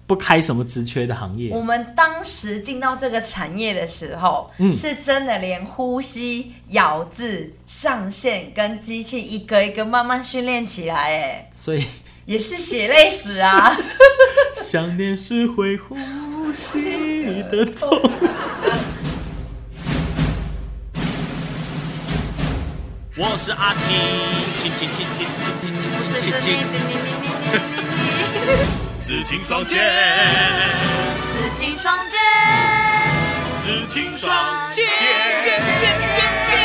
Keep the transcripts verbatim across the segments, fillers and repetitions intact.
不开什么职缺的行业。 我们当时进到这个产业的时候，嗯、是真的连呼吸、咬字、上线跟机器一个一个慢慢训练起来，哎， 所以也是血泪史啊。 想念是会呼吸的痛。我是阿青，青青青青青青青青青，紫青双剑， 紫青双剑， 紫青双剑，剑剑剑剑剑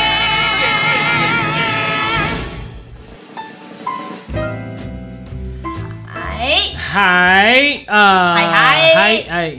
嗨嗨啊， 嗨嗨哎。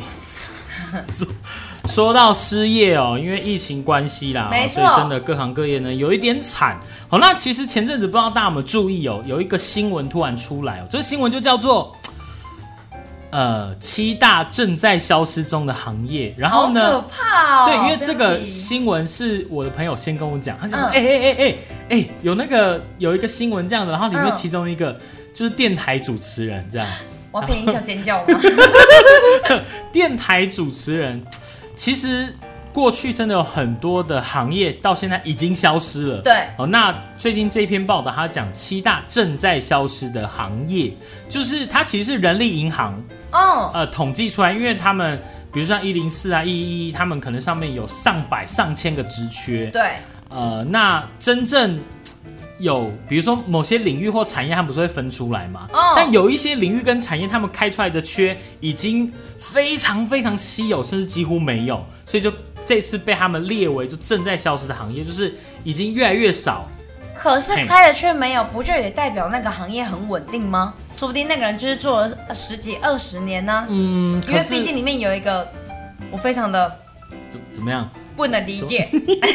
说到失业哦，因为疫情关系啦， 没错， 所以真的各行各业呢有一点惨。好，那其实前阵子不知道大家有没有注意哦，有一个新闻突然出来哦，这个新闻就叫做呃七大正在消失中的行业。然后呢， 好可怕哦！ 对，因为这个新闻是我的朋友先跟我讲，他讲哎哎哎哎哎，有那个有一个新闻这样的，然后里面其中一个、嗯、就是电台主持人这样。 我要陪你小尖叫吗？ 电台主持人。其实过去真的有很多的行业到现在已经消失了。 对， 哦，那最近这篇报道，他讲七大正在消失的行业，就是它其实是人力银行哦，呃，统计出来，因为他们比如说像一零四啊、一一一，他们可能上面有上百、上千个职缺。 对， 呃，那真正有，比如说某些领域或产业，他们不是会分出来嘛？哦。但有一些领域跟产业，他们开出来的缺已经非常非常稀有，甚至几乎没有，所以就这次被他们列为就正在消失的行业，就是已经越来越少。 可是开的却没有，不就也代表那个行业很稳定吗？说不定那个人就是做了十几二十年呢、啊。嗯，因为毕竟里面有一个我非常的怎么样不能理解。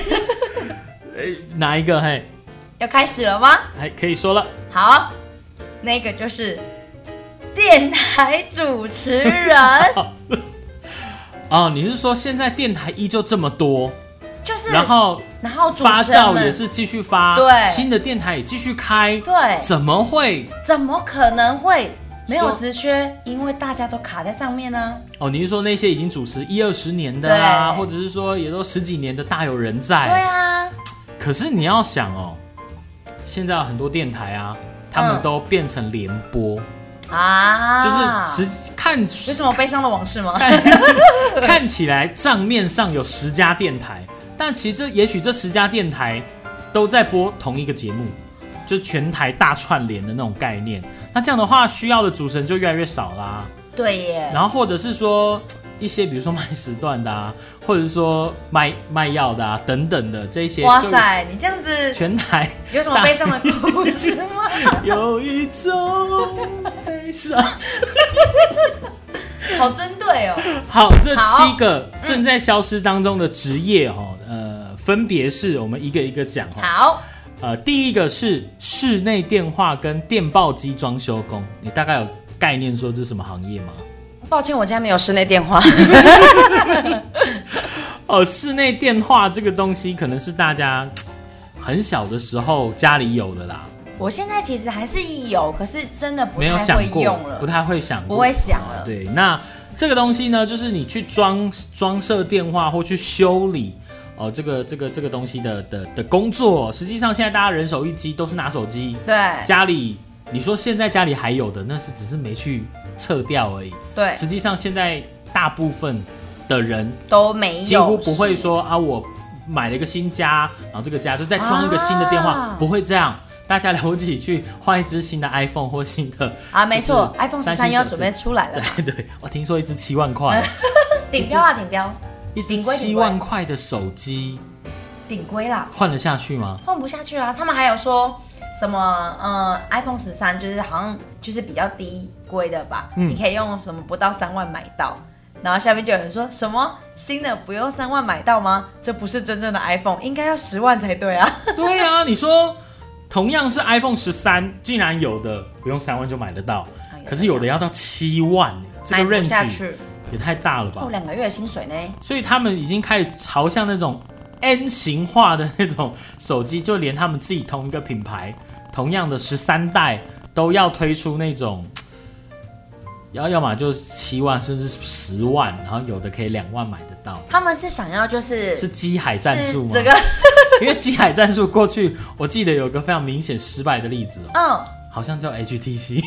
哪一个？嘿。 要开始了吗？ 还可以说了。 好，那个就是电台主持人。 哦，你是说现在电台依旧这么多， 就是然后然后发照也是继续发， 对， 新的电台也继续开， 对， 怎么会？ 怎么可能会没有职缺？因为大家都卡在上面啊。 哦，你是说那些已经主持一二十年的啊，或者是说也都十几年的大有人在？ 对啊。 可是你要想哦。现在有很多电台啊，他们都变成联播、嗯、啊，就是实看有什么悲伤的往事吗？ 看, 看起来账面上有十家电台，但其实这也许这十家电台都在播同一个节目，就全台大串联的那种概念。那这样的话，需要的主持人就越来越少啦。 对耶。 然后或者是说一些比如说卖时段的啊，或者是说卖卖药的啊等等的这些。 哇塞，你这样子全台有什么悲伤的故事吗？ 有一种悲伤。 好针对哦。 好，这七个正在消失当中的职业哦，呃，分别是我们一个一个讲哦。 好。 呃，第一个是室内电话跟电报机装修工，你大概有概念说这是什么行业吗？ 抱歉，我家没有室内电话。 哦，室内电话这个东西可能是大家很小的时候家里有的啦。 我现在其实还是有，可是真的不太会用了， 不太会想过， 不会想了。 对，那这个东西呢，就是你去装装设电话或去修理哦，这个这个这个东西的的的工作，实际上现在大家人手一机，都是拿手机。 对， 家里你说现在家里还有的，那是只是没去撤掉而已。 对， 实际上现在大部分的人都没有， 几乎不会说啊，我买了一个新家，然后这个家就再装一个新的电话，啊、不会这样。大家了不起去换一支新的 iPhone 或新的啊，没错 ，iPhone 十三要准备出来了。 对对，我听说一支七万块， 顶标啦，顶标， 一支七万块的手机， 顶规啦， 换得下去吗？ 换不下去啊！他们还有说什么呃 ，iPhone 十三就是好像就是比较低规的吧、嗯，你可以用什么不到三万买到。然后下面就有人说什么新的不用三万买到吗？这不是真正的 iPhone， 应该要十万才对啊。 对啊，你说。同样是 iPhone 十三，竟然有的不用三万就买得到，可是有的要到七万，这个 range 也太大了吧？ 哦，两个月的薪水呢？ 所以他们已经开始朝向那种 N 型化的那种手机，就连他们自己同一个品牌，同样的十三代都要推出那种然后要么就七万甚至十万，然后有的可以两万买得到。 他们是想要就是是机海战术吗？ 这个因为机海战术过去我记得有个非常明显失败的例子、哦、嗯，好像叫 H T C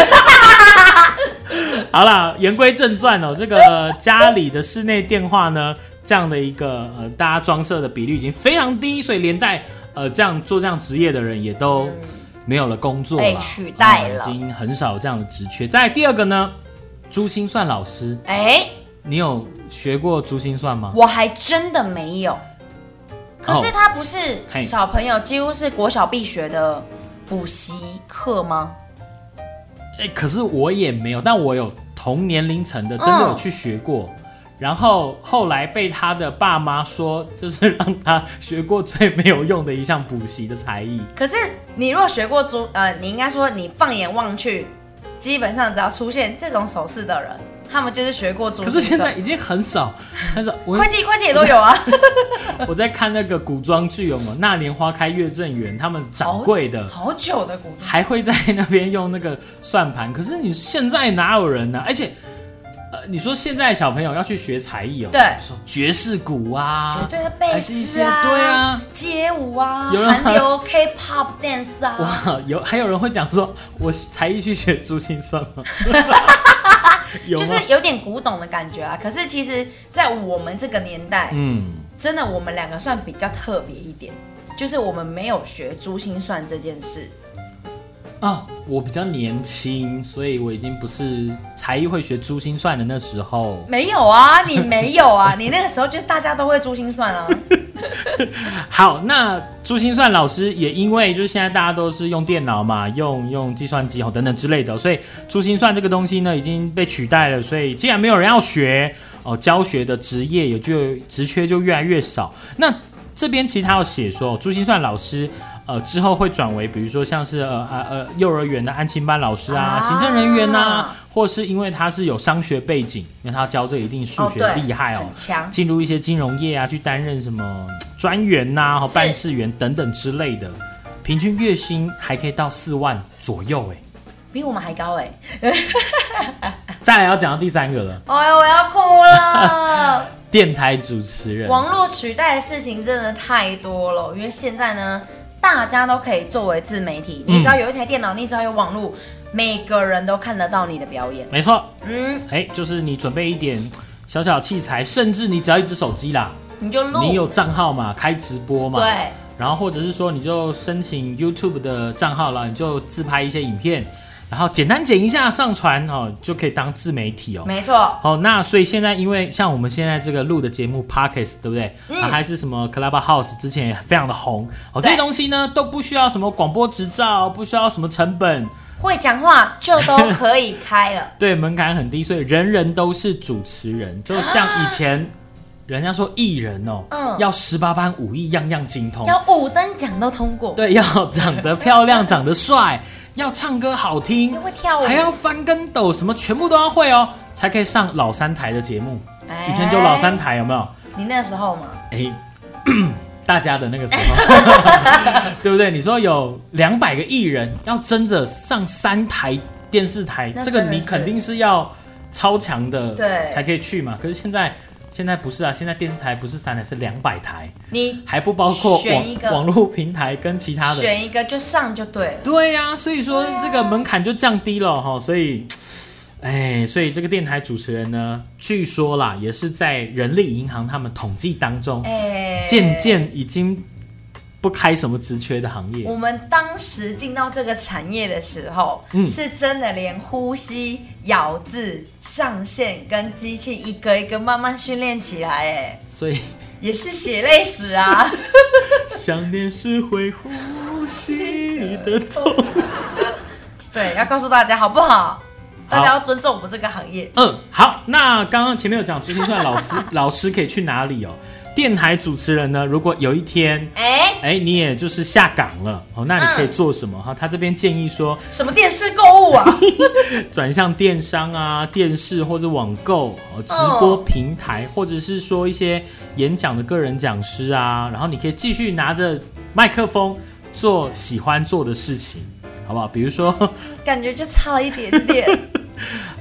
好啦，言归正传哦，这个家里的室内电话呢，这样的一个呃大家装设的比率已经非常低，所以连带呃这样做这样职业的人也都没有了工作了， 被取代了、 呃，已经很少有这样的职缺。再来第二个呢，珠心算老师，哎、欸，你有学过珠心算吗？ 我还真的没有。可是它不是小朋友几乎是国小必学的补习课吗？ 哎、欸，可是我也没有，但我有同年龄层的真的有去学过、嗯，然后后来被他的爸妈说，就是让他学过最没有用的一项补习的才艺。 可是你如果学过珠，呃，你应该说你放眼望去，基本上只要出现这种手势的人，他们就是学过珠心算。 可是现在已经很少，很少。 会计会计也都有啊。 我在看那个古装剧，有没有《那年花开月正圆》，他们掌柜的好久的古装还会在那边用那个算盘。可是你现在哪有人呢、啊？而且。呃，你说现在小朋友要去学才艺哦， 对， 说爵士鼓啊， 绝对的贝斯啊， 对啊， 街舞啊，韩流 K-pop dance 啊， 哇，有还有人会讲说，我才艺去学珠心算吗？ 就是有点古董的感觉啊。可是其实，在我们这个年代，嗯，真的我们两个算比较特别一点，就是我们没有学珠心算这件事。 啊，我比较年轻，所以我已经不是才艺会学珠心算的那时候。 没有啊，你没有啊，你那个时候就大家都会珠心算啊。 好，那珠心算老师也因为就是现在大家都是用电脑嘛，用用计算机等等之类的，所以珠心算这个东西呢已经被取代了。所以既然没有人要学哦，教学的职业也就职缺就越来越少。那这边其实他有写说，珠心算老师。呃，之后会转为，比如说像是呃呃幼儿园的安亲班老师啊，啊行政人员啊，或是因为他是有商学背景，因为他教这一定数学厉害哦， 很强， 进入一些金融业啊，去担任什么专员呐、啊、办事员等等之类的，平均月薪还可以到四万左右哎， 比我们还高哎。 再来要讲到第三个了， 哎呦，我要哭了。 电台主持人， 网络取代的事情真的太多了，因为现在呢。大家都可以作为自媒体，你只要有一台电脑，嗯、你只要有网络，每个人都看得到你的表演。 没错，嗯，哎，就是你准备一点小小器材，甚至你只要一只手机啦， 你就录， 你有账号嘛，开直播嘛， 对， 然后或者是说你就申请 YouTube 的账号了，你就自拍一些影片。然后简单剪一下上传哦，就可以当自媒体哦。 没错。 好、哦，那所以现在因为像我们现在这个录的节目 Podcast 对不对？嗯。啊、还是什么 Clubhouse 之前也非常的红哦，这些东西呢都不需要什么广播执照，不需要什么成本， 会讲话就都可以开了。 对，门槛很低，所以人人都是主持人。就像以前人家说艺人哦，嗯，要十八般武艺样样精通， 要五等奖都通过。 对，要长得漂亮，长得帅。要唱歌好听， 会跳舞， 还要翻跟斗，什么全部都要会哦，才可以上老三台的节目。欸、以前就老三台有没有？ 你那时候嘛？哎、欸， 大家的那个时候，对不对？你说有两百个艺人要争着上三台电视台，这个你肯定是要超强的， 对， 才可以去嘛。可是现在。现在不是啊，现在电视台不是三台是两百台， 你还不包括选一个网络平台跟其他的， 选一个就上就对了。 对呀、啊，所以说这个门槛就降低了哈，所以，哎，所以这个电台主持人呢，据说啦，也是在人力银行他们统计当中，哎，渐渐已经不开什么职缺的行业。 我们当时进到这个产业的时候，嗯、是真的连呼吸、咬字、上线跟机器一个一个慢慢训练起来，哎， 所以也是血泪史啊。 想念是会呼吸的痛。 对，要告诉大家好不好？大家要尊重我们这个行业。 嗯，好。那刚刚前面有讲珠心算老师，老师可以去哪里哦？电台主持人呢，如果有一天，哎、欸欸、你也就是下岗了哦，那你可以做什么哈、嗯？他这边建议说， 什么电视购物啊， 转向电商啊、电视或者网购、直播平台，哦、或者是说一些演讲的个人讲师啊，然后你可以继续拿着麦克风做喜欢做的事情，好不好？比如说， 感觉就差了一点点。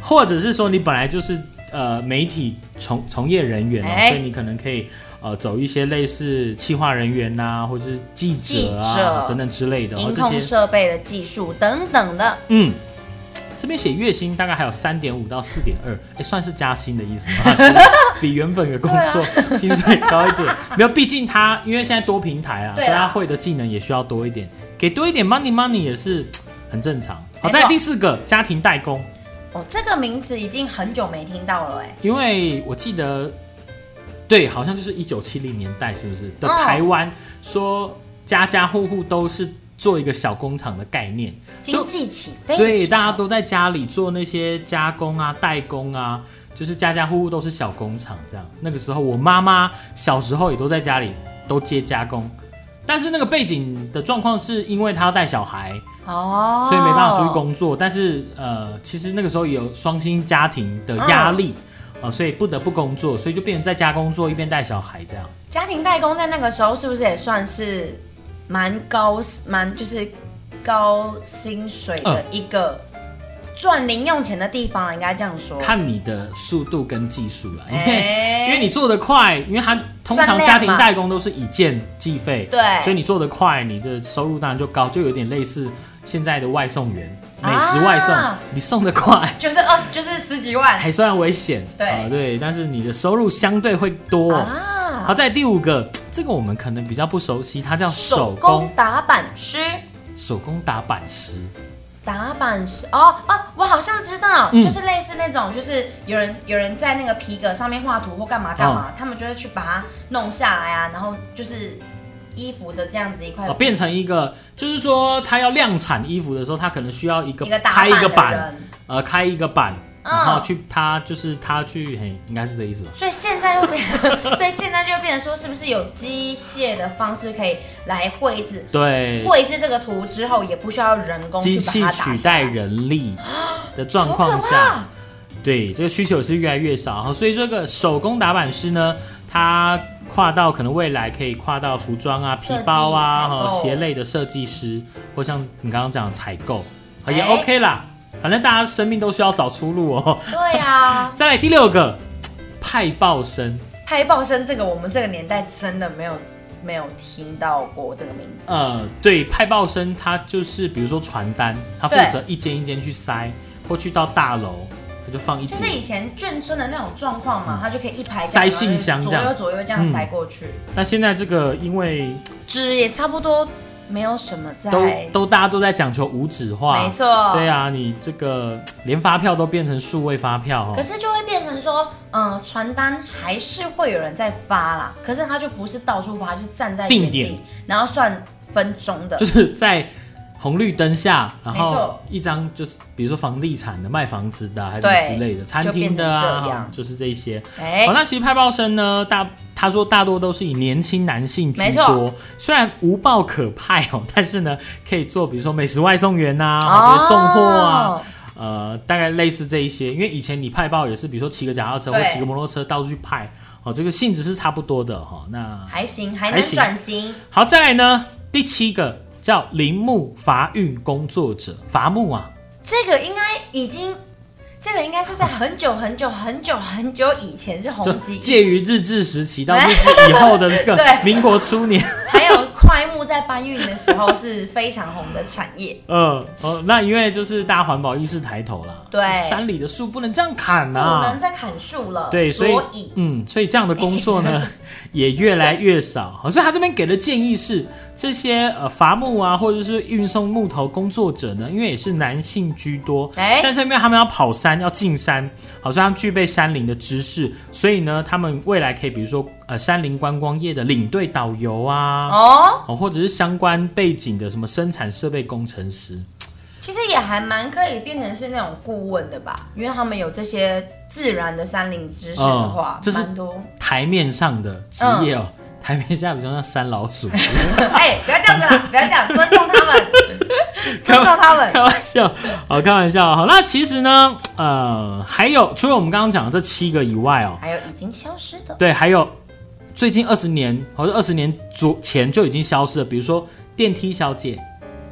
或者是说你本来就是呃媒体从从业人员、哦欸、所以你可能可以呃走一些类似企划人员呐、啊，或者是记者啊记者等等之类的， 音控设备的技术等等的。 嗯，这边写月薪大概还有三点五到四点二，哎，算是加薪的意思吗？就是比原本的工作薪水高一点。没有，毕竟他因为现在多平台啊，所以他会的技能也需要多一点，给多一点 money money 也是很正常。好，再来第四个家庭代工。 哦，这个名词已经很久没听到了哎， 因为我记得，对，好像就是一九七零年代，是不是的台湾、哦、说家家户户都是做一个小工厂的概念， 经济起飞， 对，大家都在家里做那些加工啊、代工啊，就是家家户户都是小工厂这样。那个时候我妈妈小时候也都在家里都接加工，但是那个背景的状况是因为她要带小孩。哦，所以没办法出去工作，但是呃，其实那个时候也有双薪家庭的压力、嗯呃、所以不得不工作，所以就变成在家工作一边带小孩这样。 家庭代工在那个时候是不是也算是蛮高、蛮就是高薪水的一个赚零用钱的地方了？应该这样说。 看你的速度跟技术了，因为、欸、因为你做得快，因为它通常家庭代工都是以件计费，对，所以你做得快，你的收入当然就高，就有点类似现在的外送员，美食外送，啊、你送得快， 就是二十，就是十几万， 还虽然危险，对、呃、对，但是你的收入相对会多。啊、好，在第五个，这个我们可能比较不熟悉，它叫手工打板师。 手工打板师， 打板师哦哦，我好像知道，嗯、就是类似那种，就是有人有人在那个皮革上面画图或干嘛干嘛，哦、他们就会去把它弄下来啊，然后就是衣服的这样子一块、哦， 变成一个，就是说他要量产衣服的时候，他可能需要一个开一个板，呃，开一个板。然后去他就是他去，嘿，应该是这意思吧。 所以现在就变，所以现在就变成说，是不是有机械的方式可以来绘制？对，绘制这个图之后，也不需要人工去把它打下来， 机器取代人力的状况下，对这个需求也是越来越少。所以这个手工打板师呢，它跨到可能未来可以跨到服装啊、皮包啊、鞋类的设计师，或像你刚刚讲的采购，也 OK 啦。反正大家生命都需要找出路哦。 对啊。 再来第六个，派报生。 派报生这个我们这个年代真的没有没有听到过这个名字。 呃，对，派报生他就是比如说传单，他负责一间一间去塞，或去到大楼，他就放一堆。 就是以前眷村的那种状况嘛，他就可以一排塞信箱， 左右左右这样塞过去。 嗯、但现在这个因为纸也差不多。没有什么在， 都都大家都在讲求无纸化， 没错， 对啊，你这个连发票都变成数位发票、哦， 可是就会变成说，嗯、呃，传单还是会有人在发啦，可是他就不是到处发，就是站在原地，然后算分钟的，就是在红绿灯下，然后一张就是比如说房地产的、卖房子的、啊、还是什么之类的，餐厅的啊，就, 就是这一些。哎、欸，好，那其实派报生呢，大他说大多都是以年轻男性居多，虽然无报可派哦，但是呢，可以做比如说美食外送员啊，或者、哦、送货啊，呃，大概类似这一些。因为以前你派报也是，比如说骑个脚踏车或骑个摩托车到处去派，哦，这个性质是差不多的哈、哦。那还行，还能转型。 好，再来呢，第七个。叫林木伐运工作者，伐木啊， 这个应该已经，这个应该是在很久很久很久很久以前是红极， 介于日治时期到日治以后的这个民国初年， 还有快木在搬运的时候是非常红的产业。 嗯，哦，那因为就是大家环保意识抬头啦，对，山里的树不能这样砍啊， 不能再砍树了， 对，所以，所以嗯，所以这样的工作呢也越来越少。好，所以他这边给的建议是。这些呃伐木啊，或者是运送木头工作者呢，因为也是男性居多，欸、但是因为他们要跑山、要进山，好像他们具备山林的知识，所以呢，他们未来可以比如说呃山林观光业的领队导游啊，哦，哦或者是相关背景的什么生产设备工程师， 其实也还蛮可以变成是那种顾问的吧，因为他们有这些自然的山林知识的话， 嗯、这是台面上的职业哦。嗯台面下比较像山老鼠， 哎、欸，不要这样子啦，不要这样，尊重他们，尊重他们， 开玩笑，好，开玩笑，好，那其实呢，呃，还有除了我们刚刚讲的这七个以外哦， 还有已经消失的， 对，还有最近二十年或者二十年前就已经消失了，比如说电梯小姐、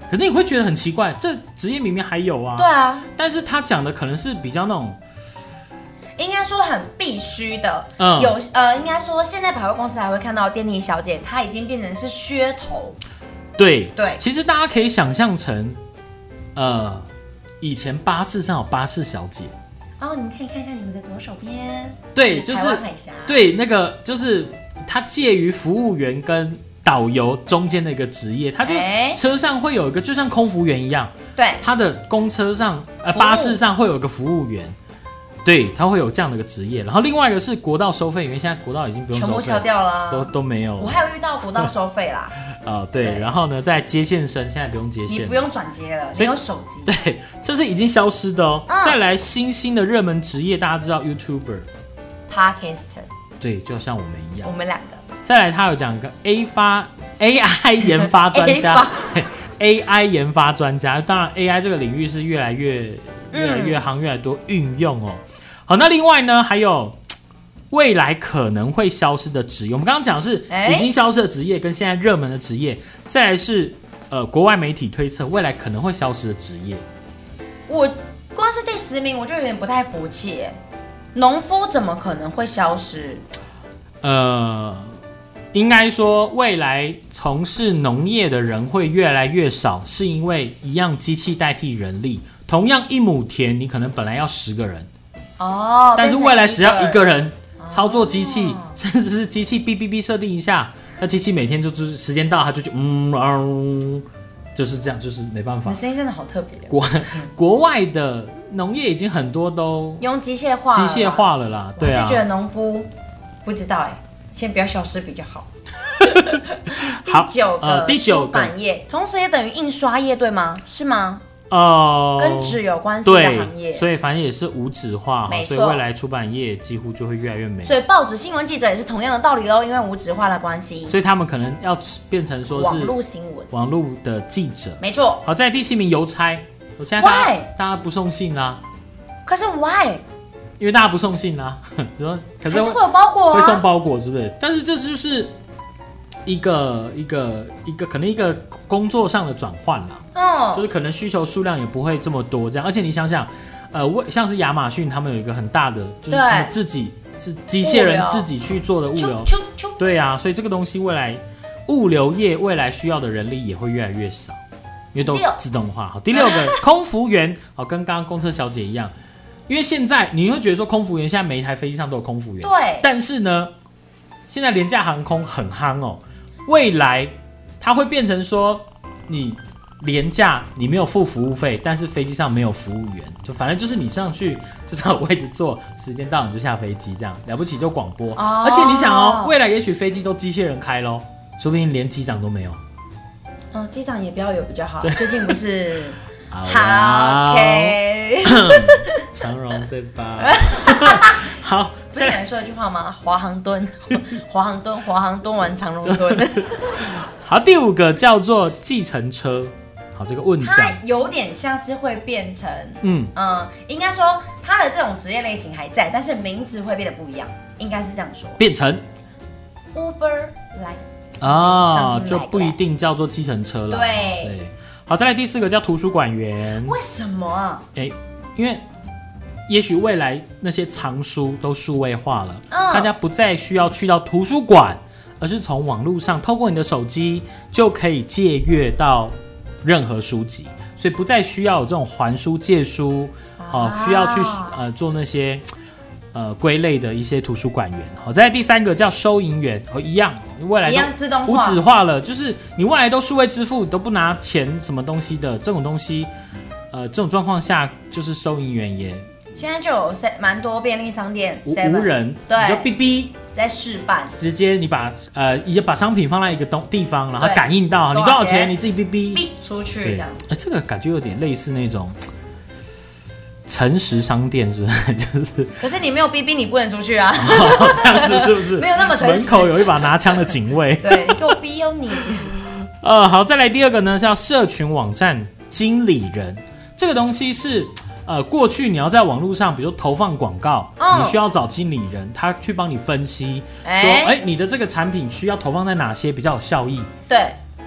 可是你会觉得很奇怪，这职业明明还有啊。 对啊， 但是他讲的可能是比较那种， 应该说很必须的。嗯，有呃，应该说现在百货公司还会看到电梯小姐，她已经变成是噱头。 对对， 其实大家可以想象成，呃，以前巴士上有巴士小姐。 哦，你们可以看一下你们的左手边， 对，就是台湾海峡。 对，那个就是它介于服务员跟导游中间的一个职业，它就车上会有一个，就像空服员一样， 对， 它的公车上呃巴士上会有一个服务员，对，它会有这样的一个职业。然后另外一个是国道收费员，现在国道已经不用收费， 全部敲掉了， 都都没有了。 我还有遇到国道收费啦。 呃，对，对，然后呢，在接线生现在不用接线， 你不用转接了，你有手机。 对，这是已经消失的哦。嗯、再来新兴的热门职业，大家知道 YouTuber、Podcaster， 对， 就像我们一样， 我们两个。 再来，他有讲一个 A 发 A I 研发专家，A I 研发专家。当然 ，A I 这个领域是越来越越来越行，越来越多运用哦。好，那另外呢，还有未来可能会消失的职业。我们刚刚讲的是已经消失的职业，跟现在热门的职业。再来是呃，国外媒体推测未来可能会消失的职业。 我光是第十名，我就有点不太服气耶。农夫怎么可能会消失？ 呃。应该说，未来从事农业的人会越来越少，是因为一样机器代替人力。同样一亩田，你可能本来要十个人，哦，但是未来只要一个人操作机器，哦、甚至是机器哔哔哔设定一下，那机器每天就就是时间到，它就就嗯嗯，就是这样，就是没办法。 你声音真的好特别。 国国外的农业已经很多都用机械化， 机械化了啦。对啊， 我是觉得农夫不知道哎、欸。先不要消失比较好。第九个、呃、第九个出版业，同时也等于印刷业，对吗？是吗？呃，跟纸有关系的行业， 所以反正也是无纸化，所以未来出版业几乎就会越来越没。 所以报纸新闻记者也是同样的道理喽，因为无纸化的关系， 所以他们可能要变成说是网络新闻、 网络的记者。 没错。 好，在第七名邮差，我现在大家, 大家不送信啦、啊。 可是 why？ 因为大家不送信啊，只说可是还是会有包裹、啊， 会送包裹，是不是？但是这就是一个一个一个可能一个工作上的转换啦，哦，就是可能需求数量也不会这么多这样。而且你想想，呃，像是亚马逊他们有一个很大的，就是他们自己是机械人自己去做的物流，对啊，所以这个东西未来物流业未来需要的人力也会越来越少，因为都自动化。好，第六个空服员，好，跟刚刚公车小姐一样。因为现在你会觉得说空服员现在每一台飞机上都有空服员， 对。 但是呢，现在廉价航空很夯哦，未来它会变成说你廉价你没有付服务费，但是飞机上没有服务员，就反正就是你上去就在位置坐，时间到你就下飞机，这样了不起就广播。哦、而且你想哦，未来也许飞机都机械人开咯，说不定连机长都没有。 哦，机长也不要有比较好，最近不是。 好 ，OK， 长荣对吧？好， 不是有人说一句话吗？华航蹲，华航蹲，华航蹲完长荣蹲。 好，第五个叫做计程车。好，这个问讲， 它有点像是会变成，嗯嗯、呃，应该说它的这种职业类型还在，但是名字会变得不一样，应该是这样说。 变成 Uber 来啊，就不一定叫做计程车了。 对对。好，再来第四个叫图书馆员。 为什么啊？ 哎、欸，因为也许未来那些藏书都数位化了，嗯、大家不再需要去到图书馆，而是从网络上透过你的手机就可以借阅到任何书籍，所以不再需要有这种还书借书，哦、啊，需要去呃做那些呃归类的一些图书馆员。好，再来第三个叫收银员，哦，一样，未来一样自动化、 无纸化了，就是你未来都数位支付，你都不拿钱什么东西的这种东西，呃，这种状况下，就是收银员也现在就有蛮多便利商店无无人，对，你就哔哔在示范， 直接你把呃，已经把商品放在一个东地方，然后感应到你多少钱，你自己哔哔哔出去这样。 哎、欸，这个感觉有点类似那种诚实商店，是不是？就是， 可是你没有哔哔，你不能出去啊。 哦、这样子是不是？ 没有那么诚实。 门口有一把拿枪的警卫。 对，你给我哔哦你。 呃，好，再来第二个呢，叫社群网站经理人。这个东西是。呃，过去你要在网络上，比如说投放广告，哦、你需要找经理人，他去帮你分析，欸、说，哎、欸，你的这个产品需要投放在哪些比较有效益？ 对。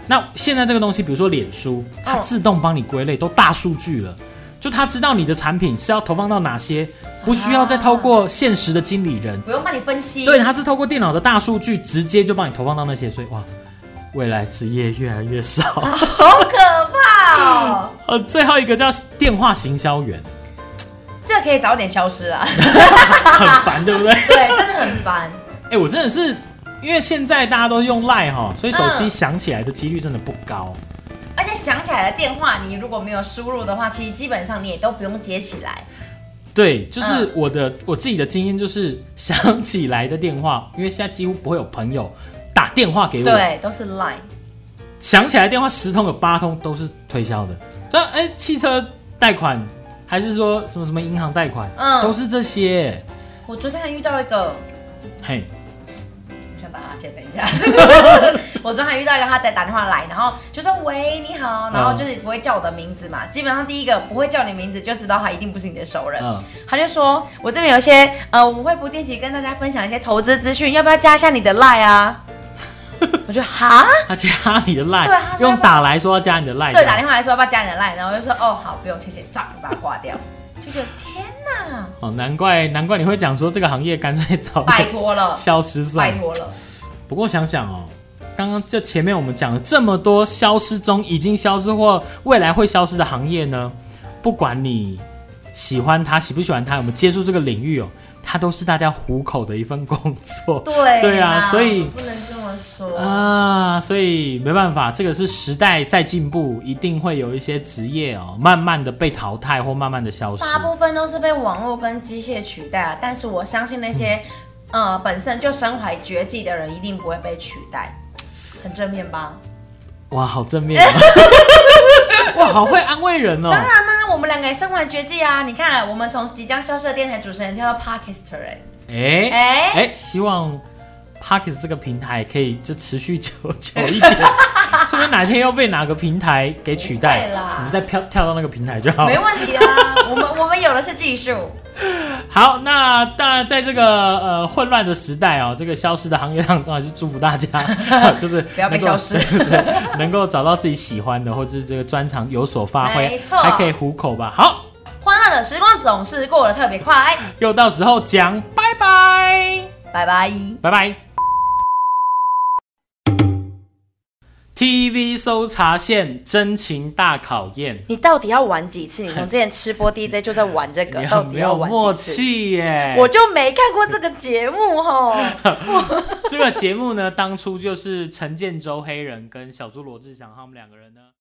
那现在这个东西，比如说脸书，它自动帮你归类，都大数据了，就它知道你的产品是要投放到哪些，不需要再透过现实的经理人， 不用帮你分析。 对，它是透过电脑的大数据，直接就帮你投放到那些，所以哇，未来职业越来越少， 好可怕哦。 呃，最后一个叫电话行销员， 这可以早点消失啊， 很烦，对不对？ 对，真的很烦。 哎、欸，我真的是因为现在大家都用 LINE 哈，所以手机响起来的几率真的不高。 嗯，而且响起来的电话，你如果没有输入的话，其实基本上你也都不用接起来。 对，就是我的、嗯、我自己的经验就是响起来的电话，因为现在几乎不会有朋友打电话给我， 对，都是 LINE。 响起来的电话十通有八通都是推销的，对，哎、欸，汽车贷款还是说什么什么银行贷款，嗯，都是这些。 我昨天还遇到一个， 嘿。 想打哈欠，等一下。我昨天还遇到一个，他打电话来，然后就说喂你好，然后就是不会叫我的名字嘛，基本上第一个不会叫你名字就知道他一定不是你的熟人。嗯、他就说我这边有一些呃，我们会不定期跟大家分享一些投资资讯，要不要加一下你的 LINE 啊？我就哈，他加你的 LINE， 对，用打来说要加你的 LINE， 对，打电话来说要不要加你的 LINE， 然后我就说哦好，不用谢谢，唰把它挂掉。就觉得天哪！ 哦，难怪难怪你会讲说这个行业干脆早拜托了， 消失算了，拜托了。 不过想想哦，刚刚这前面我们讲了这么多消失中、已经消失或未来会消失的行业呢，不管你喜欢它、喜不喜欢它，我们接触这个领域哦，它都是大家糊口的一份工作。 对对啊，所以不能这么说啊，所以没办法，这个是时代在进步，一定会有一些职业哦，慢慢的被淘汰或慢慢的消失。 大部分都是被网络跟机械取代了，但是我相信那些、嗯、呃本身就身怀绝技的人，一定不会被取代。很正面吧？ 哇，好正面、啊！哇，好会安慰人哦。 当然啦、啊，我们两个也身怀绝技啊！你看，我们从即将消失的电台主持人跳到 Podcaster， 哎哎哎，希望 Podcast 这个平台可以就持续久久一点，说不定哪天又被哪个平台给取代，我们再跳跳到那个平台就好了。 没问题啊，我们我们有的是技术。 好，那当然在这个呃混乱的时代哦，这个消失的行业当中，还是祝福大家，就是不要被消失， 能够找到自己喜欢的，或者是这个专长有所发挥， 没错， 还可以糊口吧。好， 欢乐的时光总是过得特别快， 又到时候讲拜拜， 拜拜， 拜拜。T V 搜查线真情大考验， 你到底要玩几次？你从之前吃播 D J 就在玩这个，到底要玩几次？ 默契耶！ 我就没看过这个节目吼。 这个节目呢，当初就是陈建州黑人跟小猪罗志祥他们两个人呢。